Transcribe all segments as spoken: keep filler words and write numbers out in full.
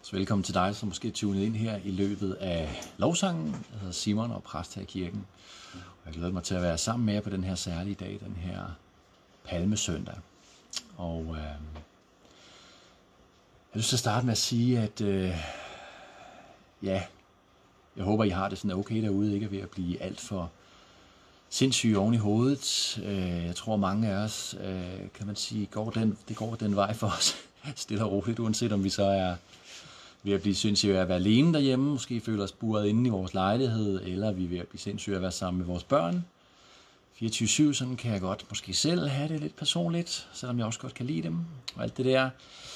Så velkommen til dig, som måske er tunet ind her i løbet af lovsangen. Jeg hedder Simon og er præst her i kirken. Og jeg glæder mig til at være sammen med jer på den her særlige dag, den her palmesøndag. Og øh, jeg har lyst til at starte med at sige, at øh, ja, jeg håber, I har det sådan okay derude, ikke er ved at blive alt for sindssyge oven i hovedet. Jeg tror, mange af os, kan man sige, går den, det går den vej for os, stille og roligt, uanset om vi så er ved at blive sindssyge af at være alene derhjemme, måske føler os buret inde i vores lejlighed, eller vi er ved at blive sindssyge af at være sammen med vores børn. fireogtyve syv, sådan kan jeg godt måske selv have det lidt personligt, selvom jeg også godt kan lide dem og alt det der.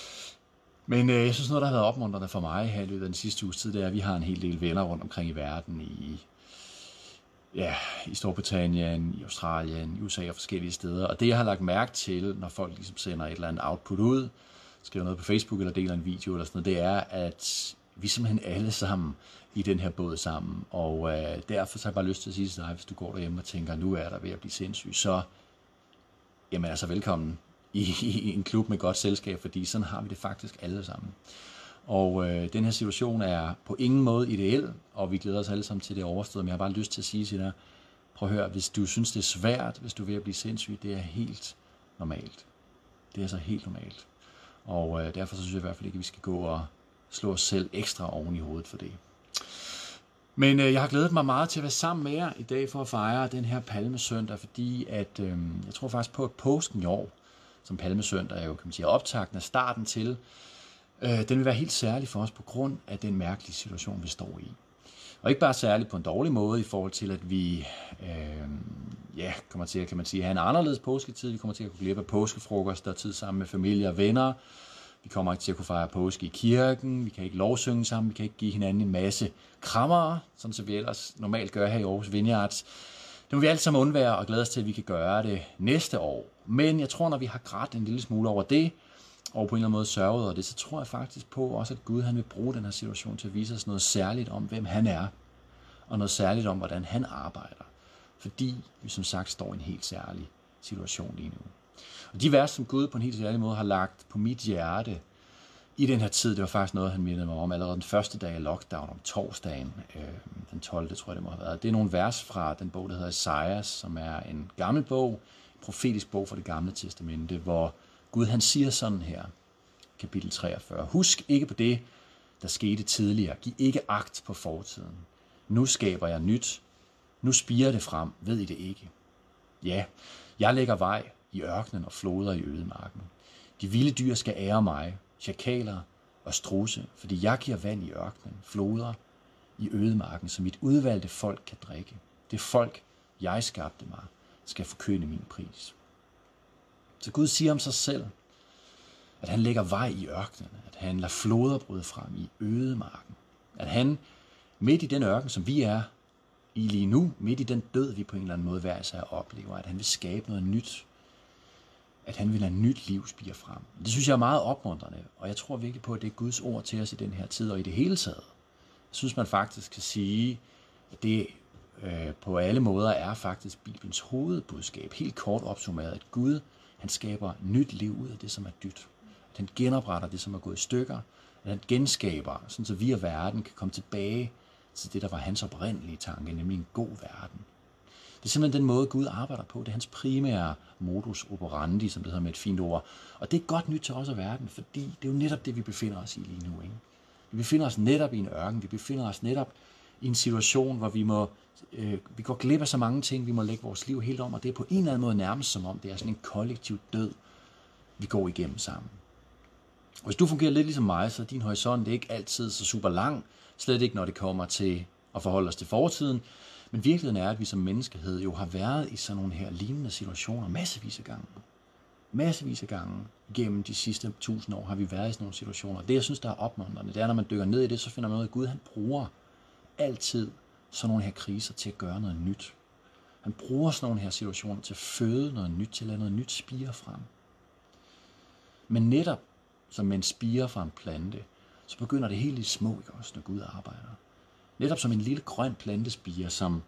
Men øh, jeg synes noget, der har været opmuntrende for mig her i løbet af den sidste uges tid, det er, at vi har en hel del venner rundt omkring i verden, i, ja, i Storbritannien, i Australien, i U S A og forskellige steder. Og det, jeg har lagt mærke til, når folk ligesom sender et eller andet output ud, skriver noget på Facebook eller deler en video eller sådan noget, det er, at vi simpelthen alle sammen i den her båd sammen. Og øh, derfor har jeg bare lyst til at sige til dig, hvis du går derhjemme og tænker, nu er der ved at blive sindssyg, så jamen altså velkommen i, i en klub med godt selskab, fordi sådan har vi det faktisk alle sammen. Og øh, den her situation er på ingen måde ideel, og vi glæder os alle sammen til det overstået, men jeg har bare lyst til at sige til dig, prøv at høre, hvis du synes det er svært, hvis du er ved at blive sindssyg, det er helt normalt. Det er så helt normalt. Og øh, derfor så synes jeg i hvert fald ikke, at vi skal gå og slå os selv ekstra oven i hovedet for det. Men øh, jeg har glædet mig meget til at være sammen med jer i dag for at fejre den her palmesøndag, fordi at, øh, jeg tror faktisk på, at påsken i år, som palmesøndag er jo, kan man sige, optakten af starten til, øh, den vil være helt særlig for os på grund af den mærkelige situation, vi står i. Og ikke bare særligt på en dårlig måde i forhold til, at vi øh, ja, kommer til at, kan man sige, have en anderledes påsketid. Vi kommer til at kunne glemme af påskefrokoster, tid sammen med familie og venner. Vi kommer ikke til at kunne fejre påske i kirken. Vi kan ikke lovsynge sammen. Vi kan ikke give hinanden en masse krammer, sådan som vi ellers normalt gør her i Aarhus Vineyards. Det må vi alle sammen undvære og glæde os til, at vi kan gøre det næste år. Men jeg tror, når vi har grædt en lille smule over det, og på en eller anden måde sørget over det, så tror jeg faktisk på også, at Gud han vil bruge den her situation til at vise os noget særligt om, hvem han er, og noget særligt om, hvordan han arbejder. Fordi vi som sagt står i en helt særlig situation lige nu. Og de vers, som Gud på en helt særlig måde har lagt på mit hjerte i den her tid, det var faktisk noget, han mindede mig om allerede den første dag af lockdown om torsdagen, øh, den tolvte tror jeg det må have været. Det er nogle vers fra den bog, der hedder Esajas, som er en gammel bog, en profetisk bog fra det gamle testamente, hvor Gud han siger sådan her, kapitel treogfyrre. Husk ikke på det, der skete tidligere. Giv ikke agt på fortiden. Nu skaber jeg nyt. Nu spirer det frem. Ved I det ikke? Ja, jeg lægger vej i ørkenen og floder i ødemarken. De vilde dyr skal ære mig, sjakaler og strudse, fordi jeg giver vand i ørkenen, floder i ødemarken, så mit udvalgte folk kan drikke. Det folk, jeg skabte mig, skal forkynde min pris. Så Gud siger om sig selv, at han lægger vej i ørkenen, at han lader floder bryde frem i ødemarken, at han midt i den ørken, som vi er i lige nu, midt i den død, vi på en eller anden måde hver især oplever, at han vil skabe noget nyt, at han vil lade nyt liv spire frem. Det synes jeg er meget opmuntrende, og jeg tror virkelig på, at det er Guds ord til os i den her tid, og i det hele taget. Jeg synes, man faktisk kan sige, at det øh, på alle måder er faktisk Bibelens hovedbudskab, helt kort opsummeret, at Gud han skaber nyt liv ud af det, som er dødt. At han genopretter det, som er gået i stykker. At han genskaber, sådan så vi og verden kan komme tilbage til det, der var hans oprindelige tanke, nemlig en god verden. Det er simpelthen den måde, Gud arbejder på. Det er hans primære modus operandi, som det hedder med et fint ord. Og det er godt nyt til os og verden, fordi det er jo netop det, vi befinder os i lige nu. Ikke? Vi befinder os netop i en ørken. Vi befinder os netop i en situation, hvor vi må øh, vi går glip af så mange ting, vi må lægge vores liv helt om, og det er på en eller anden måde nærmest som om, det er sådan en kollektiv død, vi går igennem sammen. Og hvis du fungerer lidt ligesom mig, så er din horisont det er ikke altid så super lang, slet ikke når det kommer til at forholde os til fortiden, men virkeligheden er, at vi som menneskehed jo har været i sådan nogle her lignende situationer massevis af gange. Massevis af gange gennem de sidste tusind år har vi været i sådan nogle situationer. Det jeg synes, der er opmuntrende, det er, når man dykker ned i det, så finder man ud af, at Gud han bruger altid sådan nogle her kriser til at gøre noget nyt. Han bruger sådan nogle her situationer til at føde noget nyt, til at lade noget nyt spire frem. Men netop som med en spire fra en plante, så begynder det helt i små, ikke også, når Gud arbejder. Netop som en lille grøn plantespire, som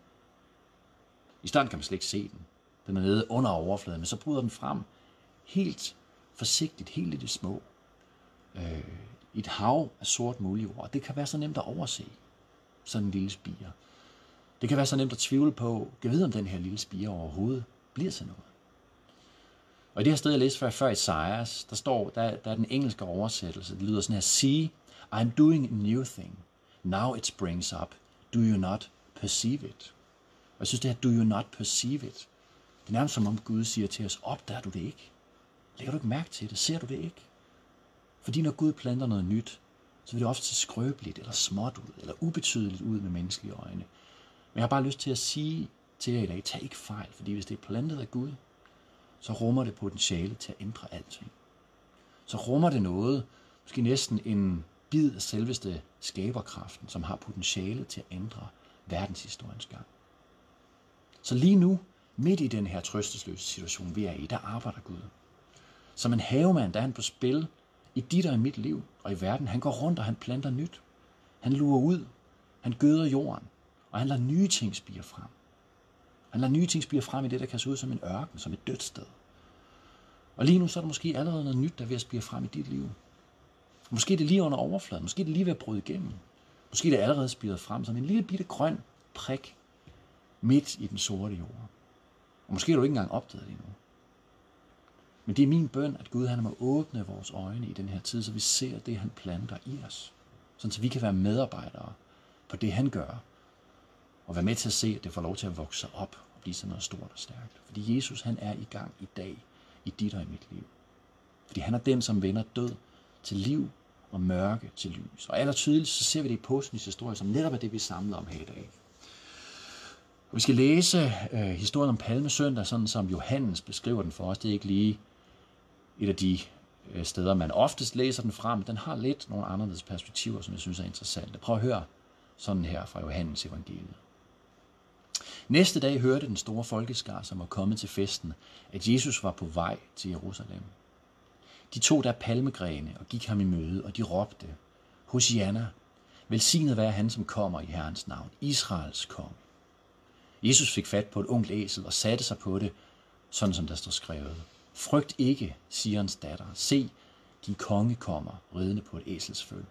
i starten kan man slet ikke se den. Den er nede under overfladen, men så bryder den frem helt forsigtigt, helt i det små. Øh, i et hav af sort muljord. Det kan være så nemt at overse, sådan en lille spire. Det kan være så nemt at tvivle på, kan vide om den her lille spire overhovedet bliver til noget. Og i det her sted, jeg læste før, før Esajas, der står, der, der er den engelske oversættelse, det lyder sådan her: See, I'm doing a new thing. Now it springs up. Do you not perceive it? Og jeg synes, det her, do you not perceive it, det er nærmest som om Gud siger til os, opdager du det ikke? Lægger du ikke mærke til det? Ser du det ikke? Fordi når Gud planter noget nyt, så vil det ofte se skrøbeligt eller småt ud, eller ubetydeligt ud med menneskelige øjne. Men jeg har bare lyst til at sige til jer i dag, tag ikke fejl, fordi hvis det er plantet af Gud, så rummer det potentiale til at ændre alting. Så rummer det noget, måske næsten en bid af selveste skaberkraften, som har potentiale til at ændre verdenshistoriens gang. Så lige nu, midt i den her trøstesløse situation, vi er i, der arbejder Gud. Som en havemand, der er han på spil i dit og i mit liv og i verden. Han går rundt, og han planter nyt. Han lurer ud. Han gøder jorden. Og han lader nye ting spire frem. Han lader nye ting spire frem i det, der kan se ud som en ørken, som et dødt sted. Og lige nu så er der måske allerede noget nyt, der er ved at spire frem i dit liv. Måske er det lige under overfladen. Måske er det lige ved at bryde igennem. Måske er det allerede spiret frem som en lille bitte grøn prik midt i den sorte jord. Og måske har du ikke engang opdaget det endnu. Men det er min bøn, at Gud han må åbne vores øjne i den her tid, så vi ser det, han planter i os. Sådan så vi kan være medarbejdere på det, han gør. Og være med til at se, at det får lov til at vokse op og blive sådan noget stort og stærkt. Fordi Jesus han er i gang i dag, i dit og i mit liv. Fordi han er den, som vender død til liv og mørke til lys. Og allertydeligst så ser vi det i påskens historie, som netop er det, vi samler om her i dag. Og vi skal læse øh, historien om Palmesøndag, sådan som Johannes beskriver den for os. Det er ikke lige et af de øh, steder, man oftest læser den fra, men den har lidt nogle anderledes perspektiver, som jeg synes er interessante. Prøv at høre sådan her fra Johannes evangeliet. Næste dag hørte den store folkeskar, som var kommet til festen, at Jesus var på vej til Jerusalem. De tog der palmegrene og gik ham i møde, og de råbte: Hosianna, velsignet være han, som kommer i Herrens navn, Israels konge. Jesus fik fat på et ungt æsel og satte sig på det, sådan som der står skrevet: Frygt ikke, Sions datter, se, din konge kommer ridende på et æsels føl.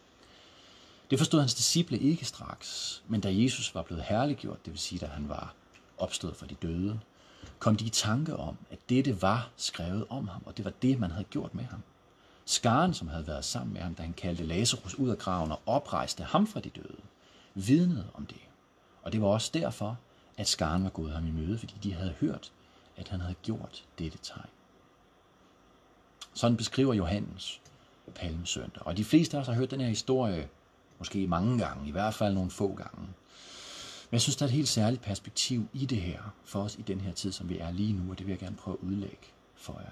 Det forstod hans disciple ikke straks, men da Jesus var blevet herliggjort, det vil sige, da han var opstået fra de døde, kom de i tanke om, at dette var skrevet om ham, og det var det, man havde gjort med ham. Skaren, som havde været sammen med ham, da han kaldte Lazarus ud af graven og oprejste ham fra de døde, vidnede om det. Og det var også derfor, at skaren var gået ham i møde, fordi de havde hørt, at han havde gjort dette tegn. Sådan beskriver Johannes Palmesøndag. Og de fleste af os har hørt den her historie måske mange gange, i hvert fald nogle få gange. Men jeg synes, der er et helt særligt perspektiv i det her, for os i den her tid, som vi er lige nu, og det vil jeg gerne prøve at udlægge for jer.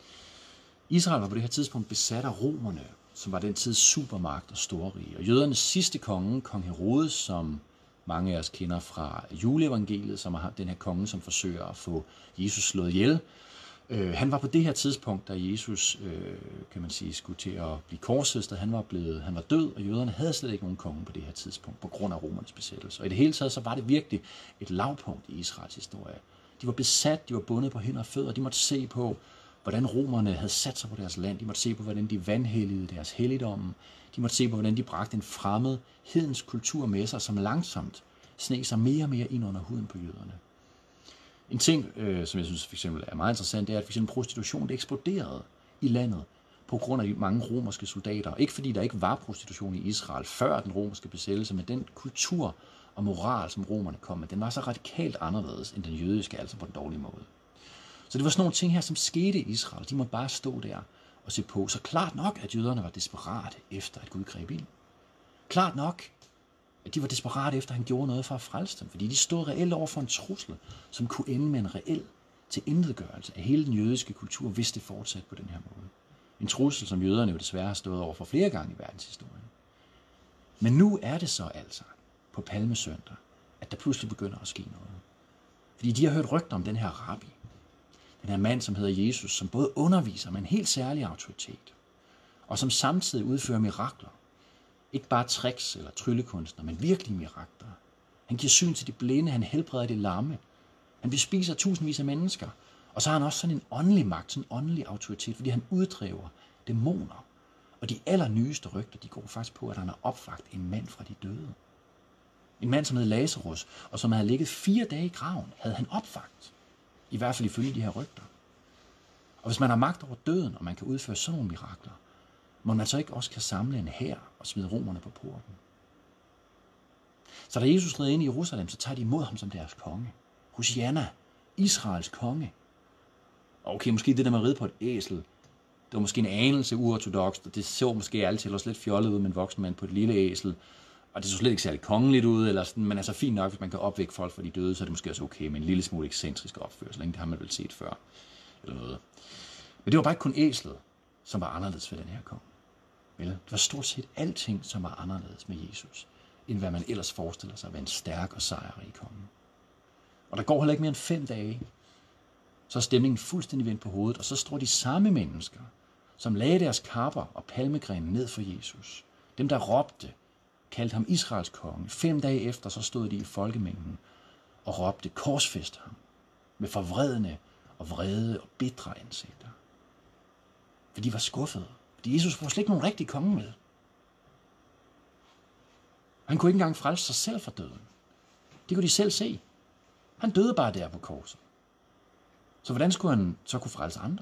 Israel var på det her tidspunkt besat af romerne, som var den tids supermagt og storrige. Og jødernes sidste konge, kong Herodes, som mange af os kender fra juleevangeliet, som har den her konge, som forsøger at få Jesus slået ihjel. Øh, han var på det her tidspunkt, da Jesus, øh, kan man sige, skulle til at blive korsfæstet. Han var blevet, han var død, og jøderne havde slet ikke nogen konge på det her tidspunkt, på grund af romernes besættelse. Og i det hele taget, så var det virkelig et lavpunkt i Israels historie. De var besat, de var bundet på hænder og fødder, de måtte se på, hvordan romerne havde sat sig på deres land. De måtte se på, hvordan de vanhelligede deres helligdomme. De måtte se på, hvordan de bragte en fremmed hedensk kultur med sig, som langsomt sneg sig mere og mere ind under huden på jøderne. En ting, øh, som jeg synes for eksempel er meget interessant, det er, at for eksempel prostitution det eksploderede i landet på grund af de mange romerske soldater. Ikke fordi der ikke var prostitution i Israel før den romerske besættelse, men den kultur og moral, som romerne kom med, den var så radikalt anderledes end den jødiske, altså på den dårlige måde. Så det var sådan nogle ting her, som skete i Israel. De måtte bare stå der og se på. Så klart nok, at jøderne var desperate efter, at Gud greb ind. Klart nok, at de var desperate efter, at han gjorde noget for at frelse dem. Fordi de stod reelt over for en trussel, som kunne ende med en reel tilintetgørelse af hele den jødiske kultur, hvis det fortsatte på den her måde. En trussel, som jøderne jo desværre har stået over for flere gange i verdenshistorien. Men nu er det så altså på Palmesøndag, at der pludselig begynder at ske noget. Fordi de har hørt rygter om den her rabbi. Den her mand, som hedder Jesus, som både underviser med en helt særlig autoritet, og som samtidig udfører mirakler. Ikke bare tricks eller tryllekunstner, men virkelig mirakler. Han giver syn til de blinde, han helbreder de lamme. Han bespiser tusindvis af mennesker. Og så har han også sådan en åndelig magt, sådan en åndelig autoritet, fordi han uddriver dæmoner. Og de allernyeste rygter, de går faktisk på, at han har opvagt en mand fra de døde. En mand, som hed Lazarus, og som havde ligget fire dage i graven, havde han opvagt. I hvert fald ifølge de her rygter. Og hvis man har magt over døden, og man kan udføre sådan nogle mirakler, må man så ikke også kan samle en hær og smide romerne på porten. Så da Jesus rider ind i Jerusalem, så tager de imod ham som deres konge. Hosianna, Israels konge. Og okay, måske det der med at ride på et æsel, det var måske en anelse uortodokst, og det så måske altid også lidt fjollet ud med en voksen mand på et lille æsel. Og det så slet ikke særlig kongeligt ud, eller sådan, men altså fint nok, hvis man kan opvække folk fra de døde, så er det måske også okay med en lille smule ekscentrisk opførsel. Det har man vel set før, eller noget. Men det var bare ikke kun æslet, som var anderledes ved den her konge. Vel, det var stort set alting, som var anderledes med Jesus, end hvad man ellers forestiller sig at være en stærk og sejrrig konge. Og der går heller ikke mere end fem dage, så er stemningen fuldstændig vendt på hovedet, og så står de samme mennesker, som lagde deres kapper og palmegrene ned for Jesus. Dem, der råbte, kaldte ham Israels konge. Fem dage efter, så stod de i folkemængden og råbte, korsfæst ham, med forvredne og vrede og bitre ansigter. For de var skuffede, fordi Jesus var slet ikke nogen rigtig konge med. Han kunne ikke engang frelse sig selv fra døden. Det kunne de selv se. Han døde bare der på korset. Så hvordan skulle han så kunne frelse andre?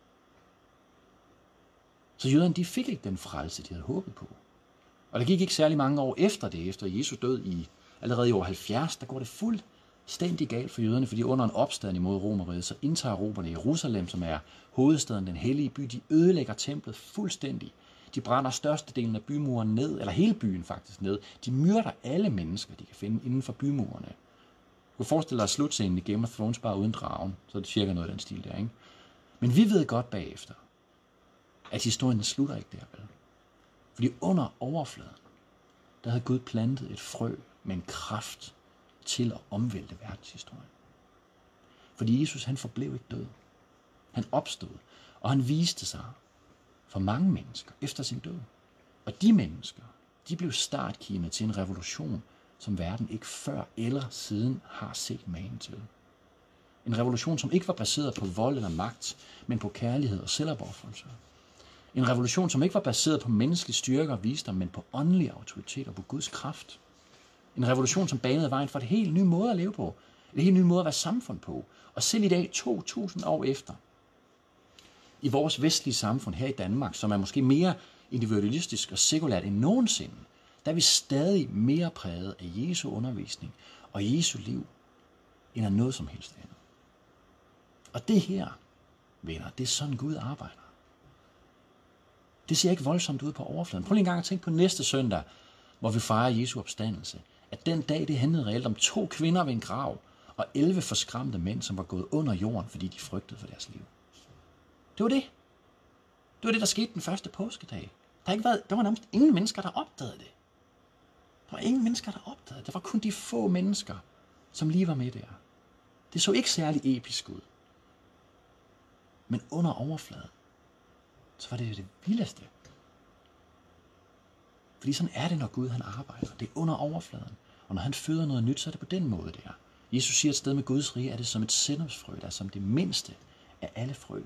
Så jøderne, de fik ikke den frelse, de havde håbet på. Og der gik ikke særlig mange år efter det, efter Jesus død i allerede i år halvfjerds, der går det fuldstændig galt for jøderne, fordi under en opstand imod Romerriget, så indtager romerne Jerusalem, som er hovedstaden, den hellige by, de ødelægger templet fuldstændig. De brænder størstedelen af bymuren ned, eller hele byen faktisk ned. De myrder alle mennesker, de kan finde inden for bymurene. Du kan forestille dig slutscenen i Game of Thrones bare uden dragen, så er det cirka noget af den stil der, ikke? Men vi ved godt bagefter, at historien slutter ikke der, vel? Fordi under overfladen, der havde Gud plantet et frø med en kraft til at omvælte verdenshistorien. Fordi Jesus, han forblev ikke død. Han opstod, og han viste sig for mange mennesker efter sin død. Og de mennesker, de blev startkimet til en revolution, som verden ikke før eller siden har set magen til. En revolution, som ikke var baseret på vold eller magt, men på kærlighed og selvopofrelse. En revolution, som ikke var baseret på menneskelig styrke og visdom, men på åndelig autoritet og på Guds kraft. En revolution, som banede vejen for et helt ny måde at leve på. Et helt ny måde at være samfund på. Og selv i dag, to tusind år efter, i vores vestlige samfund her i Danmark, som er måske mere individualistisk og sekulært end nogensinde, der er vi stadig mere præget af Jesu undervisning og Jesu liv, end af noget som helst andet. Og det her, venner, det er sådan Gud arbejder. Det ser ikke voldsomt ud på overfladen. Prøv lige en gang at tænke på næste søndag, hvor vi fejrer Jesu opstandelse. At den dag, det handlede reelt om to kvinder ved en grav, og elleve forskræmte mænd, som var gået under jorden, fordi de frygtede for deres liv. Det var det. Det var det, der skete den første påskedag. Der, har ikke været, der var nærmest ingen mennesker, der opdagede det. Der var ingen mennesker, der opdagede det. Der var kun de få mennesker, som lige var med der. Det så ikke særlig episk ud. Men under overfladen, så var det det vildeste. Fordi sådan er det, når Gud han arbejder. Det er under overfladen. Og når han føder noget nyt, så er det på den måde der. Jesus siger et sted med Guds rige, er det som et sennepsfrø, der er som det mindste af alle frø.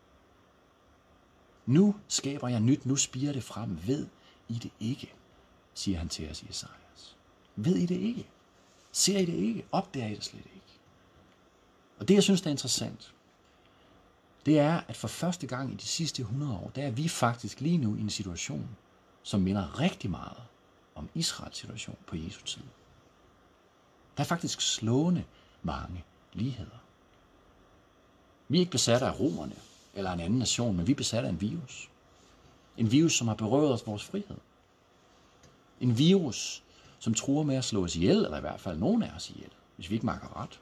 Nu skaber jeg nyt, nu spirer det frem. Ved I det ikke, siger han til os i Esajas. Ved I det ikke? Ser I det ikke? Opdager I det slet ikke? Og det, jeg synes, der er interessant, det er, at for første gang i de sidste hundrede år, der er vi faktisk lige nu i en situation, som minder rigtig meget om Israels situation på Jesu tid. Der er faktisk slående mange ligheder. Vi er ikke besat af romerne eller en anden nation, men vi er besat af en virus. En virus, som har berøvet os vores frihed. En virus, som truer med at slå os ihjel, eller i hvert fald nogen af os ihjel, hvis vi ikke makker ret.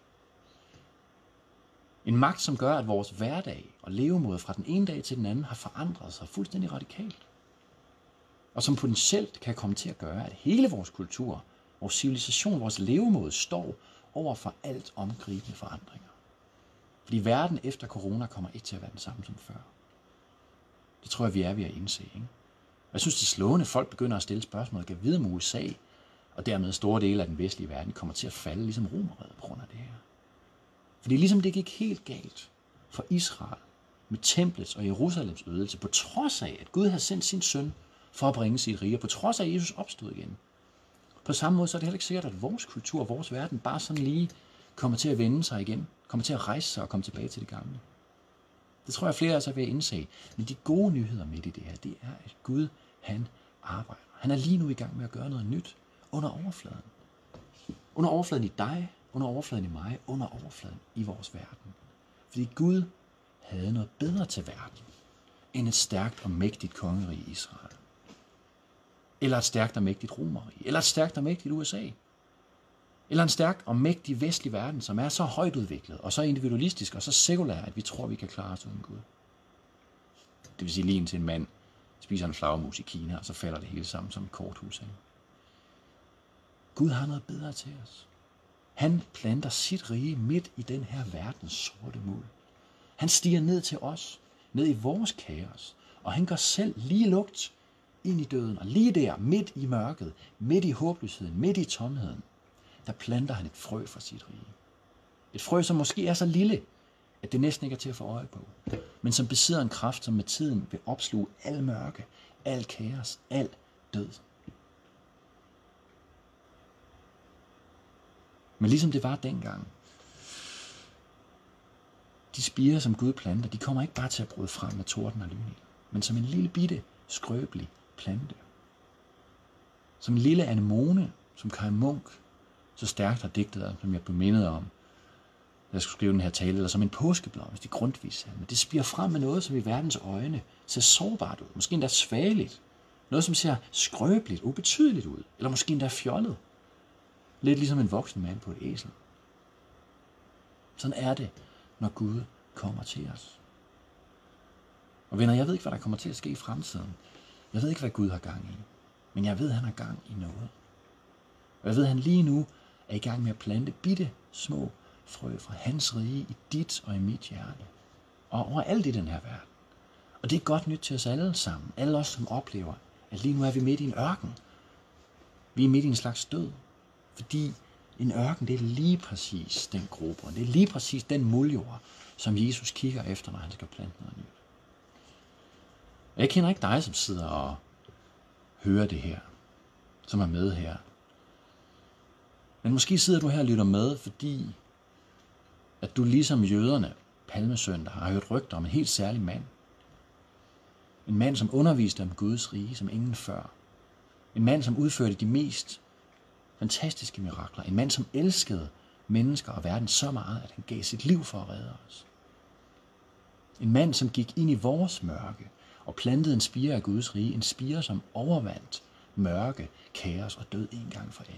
En magt, som gør, at vores hverdag og levemåde fra den ene dag til den anden har forandret sig fuldstændig radikalt. Og som potentielt kan komme til at gøre, at hele vores kultur, vores civilisation, vores levemåde står over for alt omgribende forandringer. Fordi verden efter corona kommer ikke til at være den samme som før. Det tror jeg, vi er ved at indse. Ikke? Og jeg synes, det er slående, at folk begynder at stille spørgsmål, kan vide om U S A, og dermed store dele af den vestlige verden, kommer til at falde ligesom Romerriget på grund af det her. Fordi ligesom det gik helt galt for Israel med templets og Jerusalems ødelse, på trods af, at Gud havde sendt sin søn for at bringe sit rige, på trods af, at Jesus opstod igen. På samme måde så er det heller ikke sikkert, at vores kultur og vores verden bare sådan lige kommer til at vende sig igen, kommer til at rejse sig og komme tilbage til det gamle. Det tror jeg, flere af os er ved at indse. Men de gode nyheder midt i det her, det er, at Gud, han arbejder. Han er lige nu i gang med at gøre noget nyt under overfladen. Under overfladen i dig, under overfladen i mig, under overfladen i vores verden. Fordi Gud havde noget bedre til verden, end et stærkt og mægtigt kongerige i Israel. Eller et stærkt og mægtigt romerige. Eller et stærkt og mægtigt U S A. Eller en stærk og mægtig vestlig verden, som er så højt udviklet, og så individualistisk, og så sekulær, at vi tror, vi kan klare os uden Gud. Det vil sige lige indtil en mand spiser en flagermus i Kina, og så falder det hele sammen som et korthus. Ikke? Gud har noget bedre til os. Han planter sit rige midt i den her verdens sorte muld. Han stiger ned til os, ned i vores kaos, og han går selv lige lugt ind i døden, og lige der, midt i mørket, midt i håbløsheden, midt i tomheden, der planter han et frø for sit rige. Et frø, som måske er så lille, at det næsten ikke er til at få øje på, men som besidder en kraft, som med tiden vil opsluge al mørke, al kaos, al død. Men ligesom det var dengang, de spirer, som Gud planter, de kommer ikke bare til at bryde frem med torden og lyn, men som en lille bitte, skrøbelig plante. Som en lille anemone, som Kai Munk så stærkt har digtet, som jeg blev mindet om, da jeg skulle skrive den her tale, eller som en påskeblomst i Grundtvig salme. Det spirer frem med noget, som i verdens øjne ser sårbart ud, måske endda svageligt. Noget, som ser skrøbeligt, ubetydeligt ud, eller måske endda fjollet. Lidt ligesom en voksen mand på et æsel. Sådan er det, når Gud kommer til os. Og venner, jeg ved ikke, hvad der kommer til at ske i fremtiden. Jeg ved ikke, hvad Gud har gang i. Men jeg ved, at han har gang i noget. Og jeg ved, at han lige nu er i gang med at plante bitte små frø fra hans rige i dit og i mit hjerte. Og overalt i den her verden. Og det er godt nyt til os alle sammen. Alle os, som oplever, at lige nu er vi midt i en ørken. Vi er midt i en slags død. Fordi en ørken, det er lige præcis den grobund. Det er lige præcis den muldjord, som Jesus kigger efter, når han skal plante noget nyt. Jeg kender ikke dig, som sidder og hører det her, som er med her. Men måske sidder du her og lytter med, fordi at du ligesom jøderne, palmesøndag, har hørt rygter om en helt særlig mand. En mand, som underviste om Guds rige som ingen før. En mand, som udførte de mest fantastiske mirakler. En mand, som elskede mennesker og verden så meget, at han gav sit liv for at redde os. En mand, som gik ind i vores mørke og plantede en spire af Guds rige. En spire, som overvandt mørke, kaos og død en gang for alle.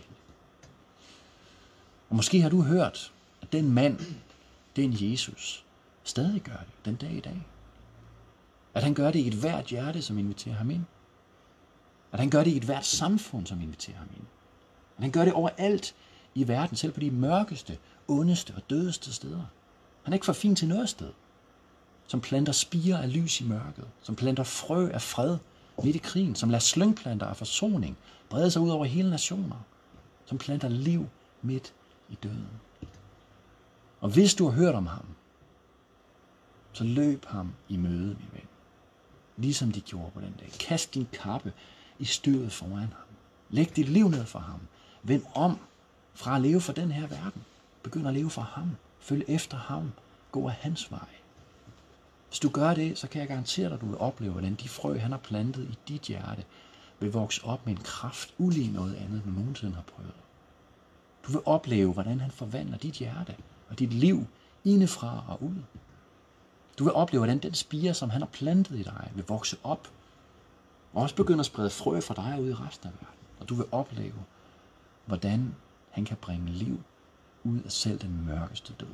Og måske har du hørt, at den mand, den Jesus, stadig gør det den dag i dag. At han gør det i et hvert hjerte, som inviterer ham ind. At han gør det i et hvert samfund, som inviterer ham ind. At han gør det overalt i verden, selv på de mørkeste, ondeste og dødeste steder. Han er ikke for fin til noget sted. Som planter spirer af lys i mørket. Som planter frø af fred midt i krigen. Som lader slyngplanter af forsoning brede sig ud over hele nationer. Som planter liv midt i døden. Og hvis du har hørt om ham, så løb ham i møde, min ven. Ligesom de gjorde på den dag. Kast din kappe i støvet foran ham. Læg dit liv ned for ham. Vend om fra at leve for den her verden. Begynd at leve for ham. Følg efter ham. Gå af hans vej. Hvis du gør det, så kan jeg garantere dig, at du vil opleve, hvordan de frø, han har plantet i dit hjerte, vil vokse op med en kraft ulig noget andet, du nogensinde har prøvet. Du vil opleve, hvordan han forvandler dit hjerte og dit liv indefra og ud. Du vil opleve, hvordan den spire, som han har plantet i dig, vil vokse op og også begynde at sprede frø fra dig ud i resten af verden. Og du vil opleve, hvordan han kan bringe liv ud af selv den mørkeste død.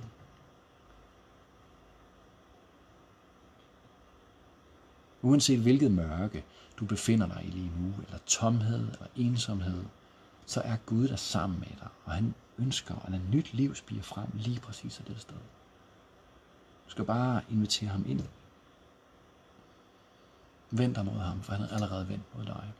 Uanset hvilket mørke du befinder dig i lige nu, eller tomhed eller ensomhed, så er Gud der sammen med dig, og han ønsker at lade nyt liv spire frem lige præcis af det sted. Du skal bare invitere ham ind. Vend dig mod ham, for han er allerede vendt mod dig.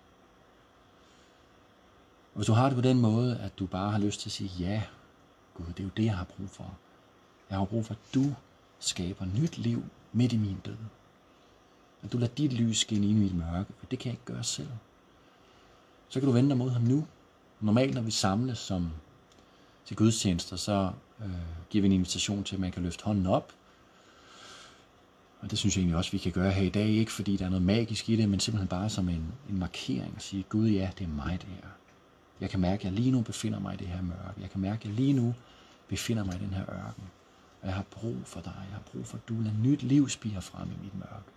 Og hvis du har det på den måde, at du bare har lyst til at sige, ja, Gud, det er jo det, jeg har brug for. Jeg har brug for, at du skaber nyt liv midt i min død. At du lader dit lys skinne ind i mit mørke, for det kan jeg ikke gøre selv. Så kan du vende dig mod ham nu. Normalt, når vi samles som til gudstjenester, så øh, giver vi en invitation til, at man kan løfte hånden op. Og det synes jeg egentlig også, vi kan gøre her i dag. Ikke fordi der er noget magisk i det, men simpelthen bare som en, en markering at sige, Gud, ja, det er mig det her. Jeg kan mærke, at jeg lige nu befinder mig i det her mørke. Jeg kan mærke, at jeg lige nu befinder mig i den her ørken. Og jeg har brug for dig. Jeg har brug for, at du lader nyt liv spire frem i mit mørke.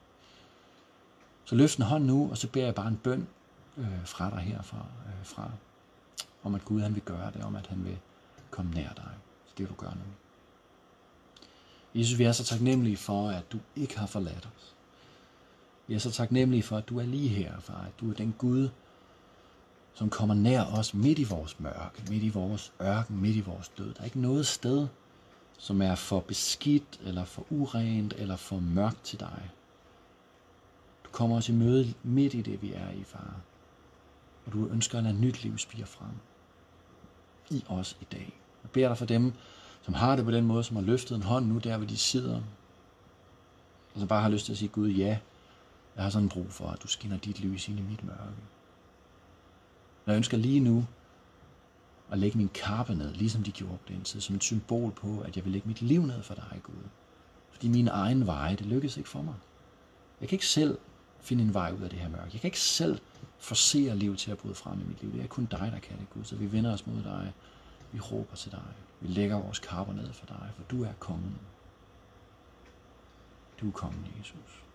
Så løft en hånd nu, og så beder jeg bare en bøn øh, fra dig herfra. Øh, fra, om at Gud han vil gøre det, om at han vil komme nær dig. Så det vil du gøre nu. Jesus, vi er så taknemmelige for, at du ikke har forladt os. Vi er så taknemmelige for, at du er lige her, far. At du er den Gud, som kommer nær os midt i vores mørke, midt i vores ørken, midt i vores død. Der er ikke noget sted, som er for beskidt, eller for urent, eller for mørkt til dig. Du kommer os i møde midt i det, vi er i, far. Og du ønsker at lade nyt liv spire frem i os i dag. Jeg beder dig for dem, som har det på den måde, som har løftet en hånd nu, der hvor de sidder, og som bare har lyst til at sige, Gud, ja, jeg har sådan brug for, at du skinner dit lys ind i mit mørke. Jeg ønsker lige nu at lægge min kappe ned, ligesom de gjorde på den tid, som et symbol på, at jeg vil lægge mit liv ned for dig, Gud. Fordi mine egne veje, det lykkes ikke for mig. Jeg kan ikke selv finde en vej ud af det her mørke. Jeg kan ikke selv forsere liv til at bryde frem i mit liv. Det er kun dig, der kan det, Gud. Så vi vender os mod dig. Vi råber til dig. Vi lægger vores kapper ned for dig, for du er kongen. Du er kongen, Jesus.